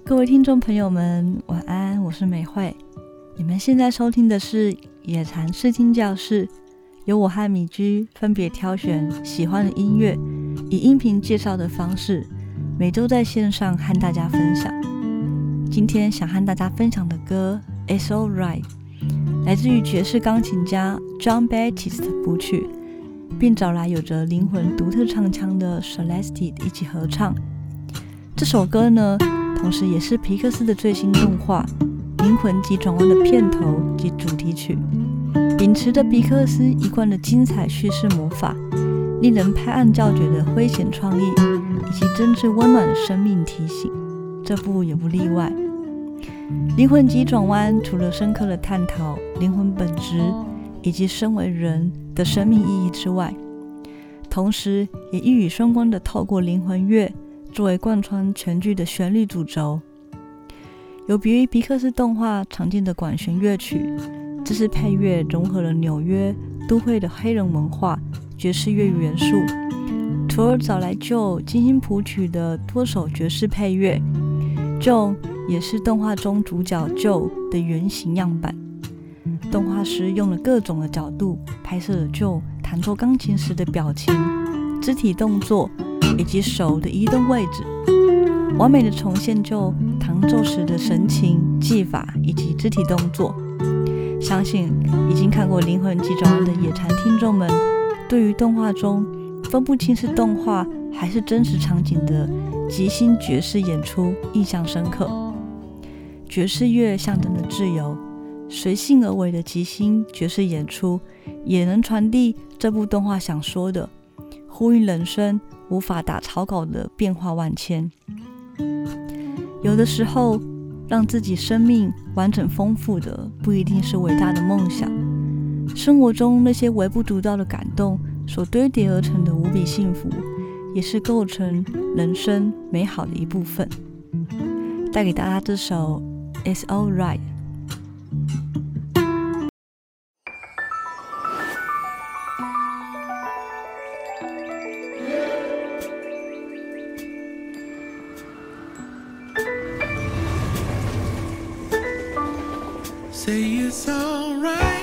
各位听众朋友们，晚安，我是美惠。你们现在收听的是野禅视听教室，由我和米居分别挑选喜欢的音乐，以音频介绍的方式，每周在线上和大家分享。今天想和大家分享的歌 It's Alright 来自于爵士钢琴家 John Baptiste 的谱曲，并找来有着灵魂独特唱腔的 Celeste 一起合唱。这首歌呢，同时也是皮克斯的最新动画《灵魂急转弯》的片头及主题曲，秉持着皮克斯一贯的精彩叙事魔法，令人拍案叫绝的诙谐创意，以及真挚温暖的生命提醒，这部也不例外。灵魂急转弯除了深刻的探讨灵魂本质以及身为人的生命意义之外，同时也一语双关的透过灵魂乐作为贯穿全剧的旋律主轴。有别于皮克斯动画常见的管弦乐曲，这次配乐融合了纽约都会的黑人文化、爵士乐元素，除而找来 Joe 精心谱曲的多首爵士配乐。Joe 也是动画中主角 Joe 的原型样板。动画师用了各种的角度拍摄了 Joe 弹奏钢琴时的表情、肢体动作以及手的移动位置，完美的重现 Joe 弹奏时的神情、技法以及肢体动作。相信已经看过《灵魂急转弯》的野禅听众们，对于动画中分不清是动画还是真实场景的即兴爵士演出印象深刻。爵士乐象征着自由，随性而为的即兴爵士演出也能传递这部动画想说的，呼应人生无法打草稿的变化万千。有的时候，让自己生命完整丰富的不一定是伟大的梦想，生活中那些微不足道的感动所堆叠而成的无比幸福，也是构成人生美好的一部分。带给大家这首 It's Alright。Say it's alright.